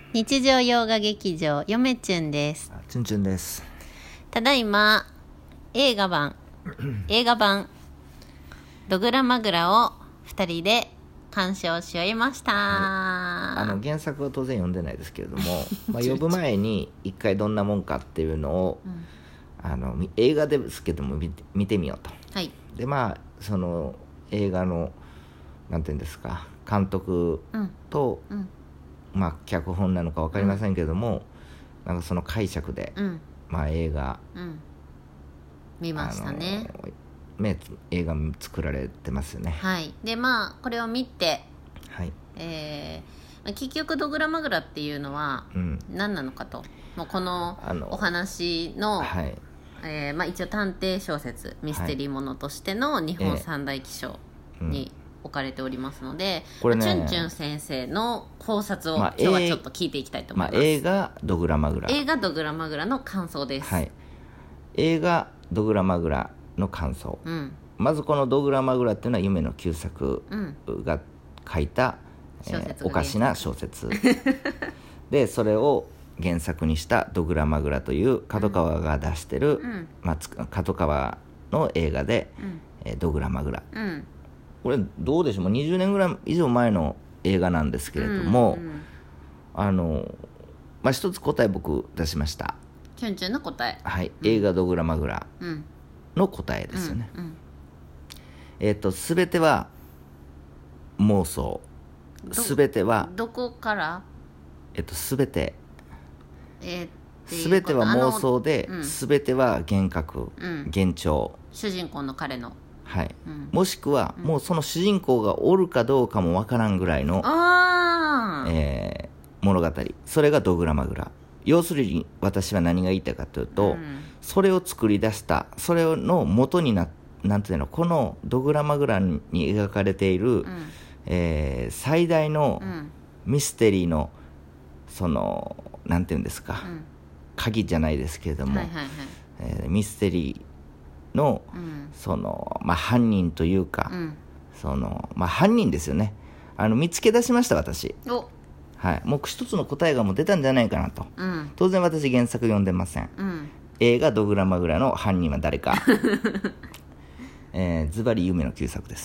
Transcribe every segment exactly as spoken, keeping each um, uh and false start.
日常洋画劇場よめちゅんです。 ちゅんちゅんです。 ただいま映画版映画版ドグラマグラをふたりで鑑賞し終えました、 はい、あの原作は当然読んでないですけれどもまあ呼ぶ前に一回どんなもんかっていうのを、うん、あの映画ですけども 見, 見てみようと、 はい、 でまあその映画のなんていうんですか監督と、うんうんまあ、脚本なのか分かりませんけども、うん、なんかその解釈で、うんまあ、映画、うん、 見ましたね。 映画作られてますよね。 はい。でまあこれを見て、 はいえー、結局ドグラマグラっていうのは何なのかと、うん、もうこのお話の、はいえーまあ、一応探偵小説ミステリーものとしての日本三大奇書に置かれておりますので、これね、チュンチュン先生の考察を今日はちょっと聞いていきたいと思います。 まあ、映画ドグラマグラ映画ドグラマグラの感想です。 はい、映画ドグラマグラの感想、うん、まずこのドグラマグラっていうのは夢の久作が書いた、うんえー、おかしな小説でそれを原作にしたドグラマグラという角川が出してる、うんまあ、角川の映画で、うんえー、ドグラマグラ、うんこれどうでしょうもうにじゅうねんぐらい以上前の映画なんですけれども、うんうん、あのまあ一つ答え僕出しました。 チュンチュンの答え、 はい、うん、映画ドグラマグラの答えですよね、うんうん、えっ、ー、と全ては妄想、全てはどこからえっ、ー、と全てえー、全ては妄想で、うん、全ては幻覚、うん、幻聴、 主人公の彼のはいうん、もしくは、うん、もうその主人公がおるかどうかもわからんぐらいの、 あ、 えー、物語、それがドグラマグラ。要するに私は何が言いたいかというと、うん、それを作り出したそれの元にななんていうのこのドグラマグラに描かれている、うんえー、最大のミステリーのそのなんていうんですか、うん、鍵じゃないですけれども、はいはいはいえー、ミステリーの、うん、そのまあ、犯人というか、うんそのまあ、犯人ですよね。あの見つけ出しました私、はい、もう一つの答えがもう出たんじゃないかなと、うん、当然私原作読んでません、うん、映画ドグラマグラの犯人は誰かえー、ズバリ夢の旧作です。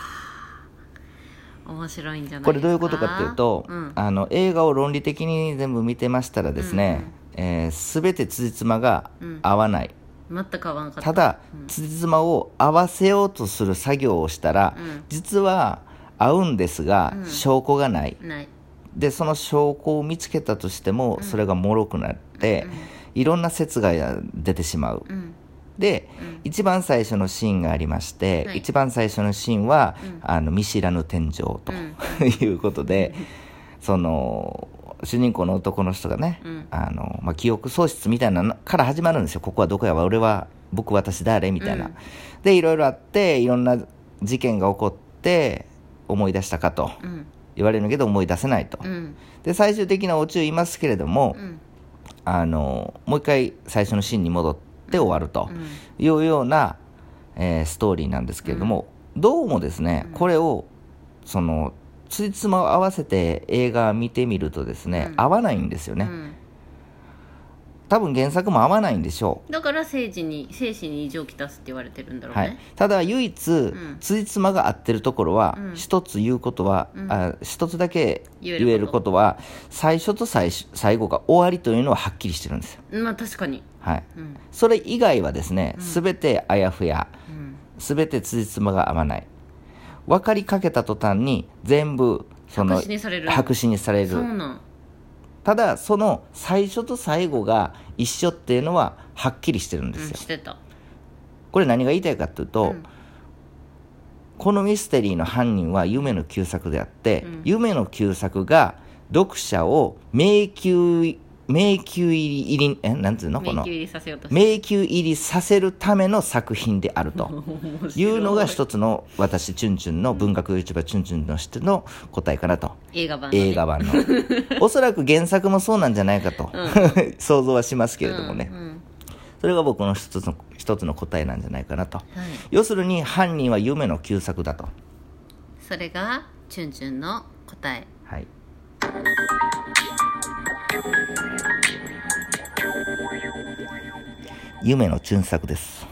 面白いんじゃないですか。 これどういうことかっていうと、うん、あの映画を論理的に全部見てましたらですね、うんうんえー、全て辻褄が合わない、うん全く合わなかった。 ただ、うん、辻褄を合わせようとする作業をしたら、うん、実は合うんですが、うん、証拠がない、 ないでその証拠を見つけたとしても、うん、それが脆くなって、うん、いろんな説が出てしまう、うん、で、うん、一番最初のシーンがありまして、はい、一番最初のシーンは、うん、あの見知らぬ天井と、うん、いうことで、その主人公の男の人がね、うんあのまあ、記憶喪失みたいなのから始まるんですよ。ここはどこやわ、俺は僕私誰みたいな、うん、でいろいろあっていろんな事件が起こって思い出したかと言われるけど思い出せないと、うん、で最終的なオチを言いますけれども、うん、あのもう一回最初のシーンに戻って終わるというような、えー、ストーリーなんですけれども、うん、どうもですね、これをそのつじつまを合わせて映画見てみるとですね、うん、合わないんですよね、うん、多分原作も合わないんでしょう。だから生死に生死に異常をきたすって言われてるんだろうね、はい、 ただ唯一、うん、つじつまが合ってるところは、うん、一つ言うことは、うん、あ一つだけ言えることは最初と 最, 最後が終わりというのははっきりしてるんですよ。 まあ確かに、 はいうん、それ以外はですね、すべてあやふや、すべてつじつまが合わない、分かりかけた途端に全部その白紙にされる白紙にされる。 そうなん。 ただその最初と最後が一緒っていうのははっきりしてるんですよ、うん、 してた。 これ何が言いたいかというと、うん、このミステリーの犯人は夢の旧作であって、うん、夢の旧作が読者を迷宮迷宮入り入りえなんていうのこの迷宮入りさせようとして迷宮入りさせるための作品であるというのが一つの私チュンチュンの文学 YouTuber チュンチュンの人の答えかなと。 映画版の、ね、 映画版のおそらく原作もそうなんじゃないかと、うん、想像はしますけれどもね、うんうん、それが僕の一つの一つの答えなんじゃないかなと、はい、要するに犯人は夢の旧作だと。 それがチュンチュンの答え。 はい。 夢野俊作です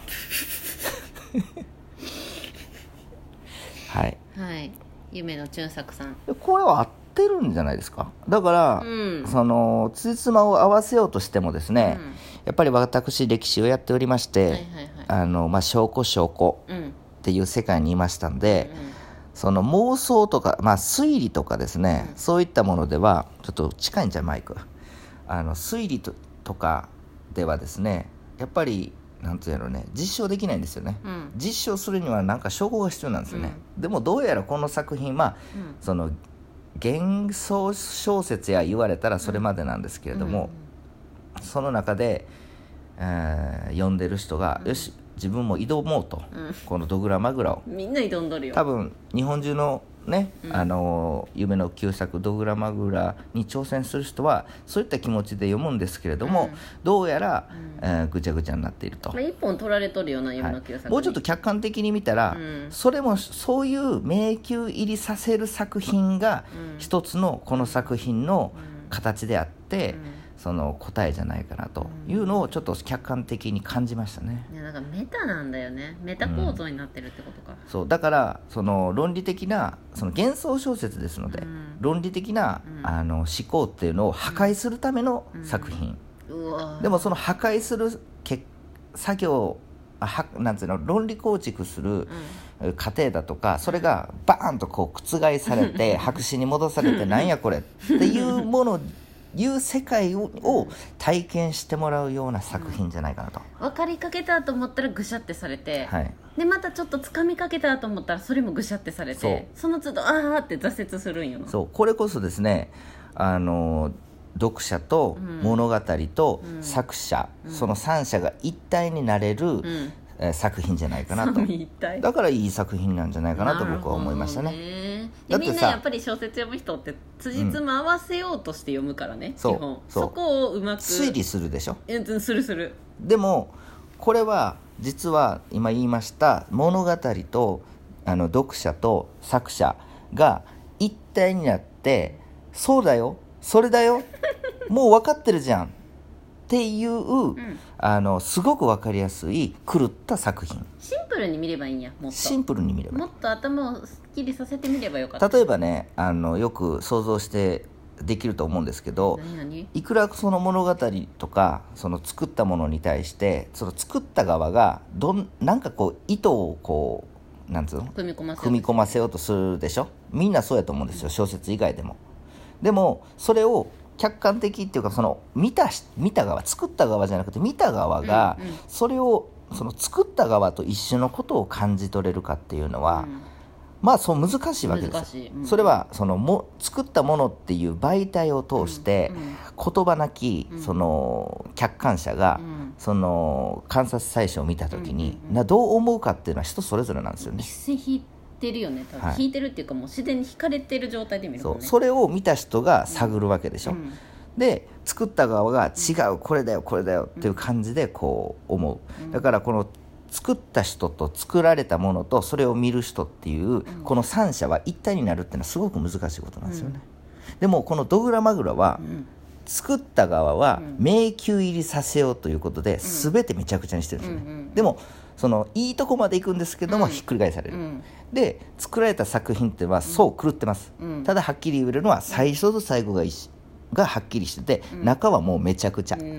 はい、 はい、夢野俊作さん、 これは合ってるんじゃないですか。だから、うん、そのつじつまを合わせようとしてもですね、うん、やっぱり私歴史をやっておりまして、はいはいはい、あのまあ、証拠証拠っていう世界にいましたんで、うんうん、その妄想とか、まあ、推理とかですね、うん、そういったものではちょっと近いんじゃマイクあの推理 と, とかではですね、やっぱりなんていうのね、実証できないんですよね、うん、実証するには何か証拠が必要なんですよね、うん、でもどうやらこの作品は、うん、その幻想小説や言われたらそれまでなんですけれども、うん、その中で、えー、読んでる人が、うん、よし自分も挑もうと、うん、このドグラマグラをみんな挑んどるよ。 多分日本中のね、うん、あの夢の旧作ドグラマグラに挑戦する人はそういった気持ちで読むんですけれども、うん、どうやら、うん、えー、ぐちゃぐちゃになっていると、 まあ、一本取られとるような夢の旧作、はい、 もうちょっと客観的に見たら、うん、それもそういう迷宮入りさせる作品が一つのこの作品の形であって、うんうん、その答えじゃないかなというのをちょっと客観的に感じましたね。 いや、だからメタなんだよね。メタ構造になってるってことか、 うん、そうだからその論理的なその幻想小説ですので、うん、論理的な、うん、あの思考っていうのを破壊するための作品、うん、うわでもその破壊する作業はなんていうの論理構築する過程だとか、それがバーンとこう覆されて白紙に戻されてなんやこれっていうものいう世界 を, を体験してもらうような作品じゃないかなと、 うん、分かりかけたと思ったらぐしゃってされて、はい、でまたちょっと掴みかけたと思ったらそれもぐしゃってされて、 そ, その都度あーって挫折するんよな。 そうこれこそですね、あの読者と物語と作者、うんうん、その三者が一体になれる、うん作品じゃないかなと。だからいい作品なんじゃないかなと僕は思いましたね。 でみんなやっぱり小説読む人って辻褄合わせようとして読むからね、うん、基本 そ, そこをうまく推理するでしょ。 するする。 でもこれは実は今言いました物語とあの読者と作者が一体になってそうだよそれだよもう分かってるじゃんっていう、うん、あのすごく分かりやすい狂った作品。 シンプルに見ればいいんや。もっとシンプルに見ればもっと頭をすっきりさせてみればよかった。 例えばね、あのよく想像してできると思うんですけど、 何何いくらその物語とかその作ったものに対してその作った側がどんなんかこう意図をこうなんつうの組み込ませ組み込ませようとするでしょ。みんなそうやと思うんですよ、小説以外でも。でもそれを客観的っていうかその見た見た側作った側じゃなくて見た側がそれをその作った側と一緒のことを感じ取れるかっていうのは、うん、まあそう難しいわけです、うん、それはそのも作ったものっていう媒体を通して言葉なきその客観者がその観察対象を見た時になどう思うかっていうのは人それぞれなんですよね。 一線引いてるよね、多分、はい、引いてるっていうかもう自然に引かれてる状態で見るもんね。 そうそれを見た人が探るわけでしょ、うん、で作った側が違う、うん、これだよこれだよっていう感じでこう思う、うん、だからこの作った人と作られたものとそれを見る人っていう、うん、この三者は一体になるっていうのはすごく難しいことなんですよね、うん、でもこのドグラマグラは、うん、作った側は迷宮入りさせようということで、うん、全てめちゃくちゃにしてるんですよね、うんうん、でもそのいいとこまで行くんですけども、うん、ひっくり返される、うん、で作られた作品っていうのはそう狂ってます、うん、ただはっきり言えるのは最初と最後が一がはっきりしてて、うん、中はもうめちゃくちゃ、うん、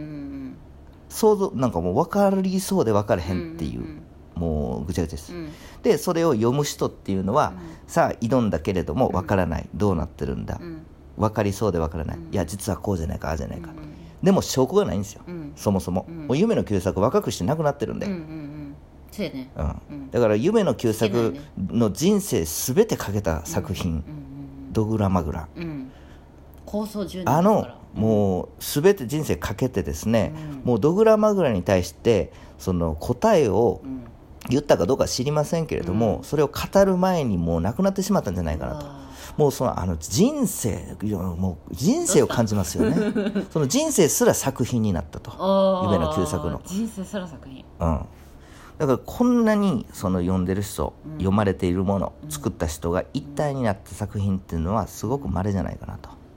想像なんかもう分かりそうで分からへんっていう、うん、もうぐちゃぐちゃです、うん、でそれを読む人っていうのは、うん、さあ挑んだけれども分からない、うん、どうなってるんだ、うん、分かりそうで分からない、うん、いや実はこうじゃないかああじゃないか、うん、でも証拠がないんですよ、うん、そもそも、うん、もう夢の旧作若くしてなくなってるんで、うんうんうんそうやねうんうん、だから夢の旧作の人生すべてかけた作品、うんうんうん、ドグラマグラ、うん構想じゅうねんあのもう全て人生かけてですね、うん、もうドグラマグラに対してその答えを言ったかどうか知りませんけれども、うん、それを語る前にもう亡くなってしまったんじゃないかなと、もうそのあの人生もう人生を感じますよねその人生すら作品になったと夢の旧作の人生すら作品、 うん、だからこんなにその読んでる人、うん、読まれているもの、うん、作った人が一体になった作品っていうのはすごく稀じゃないかなと。 素晴ら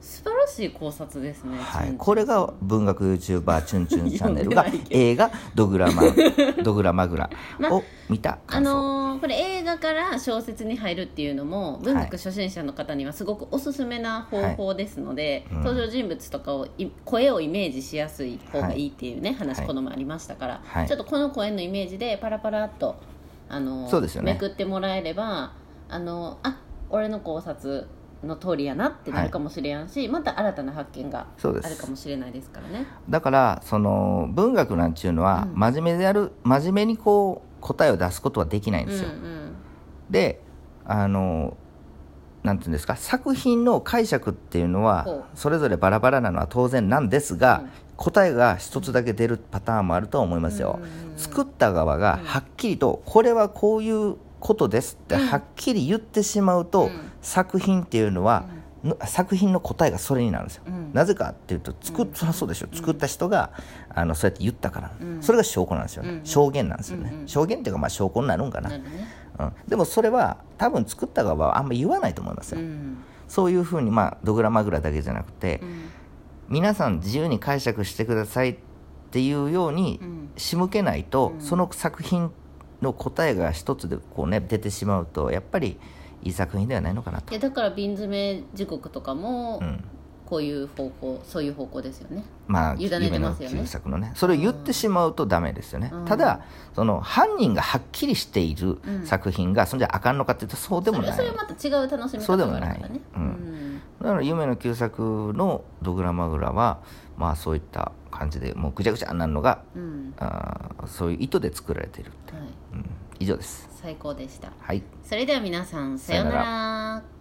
しい考察ですね、 はい、これが文学 YouTuber チュンチュンチャンネルが映画ドグラマドグラマグラを見た感想、 まあのー、これ映画から小説に入るっていうのも文学初心者の方にはすごくおすすめな方法ですので、はい、登場人物とかを声をイメージしやすい方がいいっていうね、はい、話このもありましたから、はい、ちょっとこの声のイメージでパラパラっとあのそうですよね、 めくってもらえればあのあ俺の考察の通りやなってなるかもしれんし、はい、また新たな発見があるかもしれないですからね。 だからその文学なんていうのは真面目でやる、うん、真面目にこう答えを出すことはできないんですよ、うんうん、であのなんていうんですか、作品の解釈っていうのはそれぞれバラバラなのは当然なんですが、うん、答えが一つだけ出るパターンもあると思いますよ、うんうんうん、作った側がはっきりとこれはこういうことですってはっきり言ってしまうと、うん、作品っていうのは、うん、作品の答えがそれになるんですよ、うん、なぜかっていうと作っ、うん、そりゃそうでしょ、作った人があのそうやって言ったから、うん、それが証拠なんですよね、うん、証言なんですよね、うんうん、証言っていうかまあ証拠になるんかな、なるね、うん、でもそれは多分作った側はあんまり言わないと思いますよ、うん、そういうふうにまあドグラマグラだけじゃなくて、うん、皆さん自由に解釈してくださいっていうように仕向けないと、うん、その作品の答えが一つでこう、ね、出てしまうとやっぱりいい作品ではないのかなと。 いやだから瓶詰め時刻とかも、うん、こういう方向そういう方向ですよね、 まあ、 委ねてますよね、 夢の旧作のね、それを言ってしまうとダメですよね、うん、ただその犯人がはっきりしている作品が、うん、そんじゃあかんのかっていうとそうでもない、 それはまた違う楽しみ方があるからね、 うんうん、だから夢の旧作のドグラマグラはまあそういった感じでもうぐちゃぐちゃになるのが、うん、あそういう意図で作られているって、はい、うん、以上です。 最高でした、 はい、 それでは皆さんさようなら。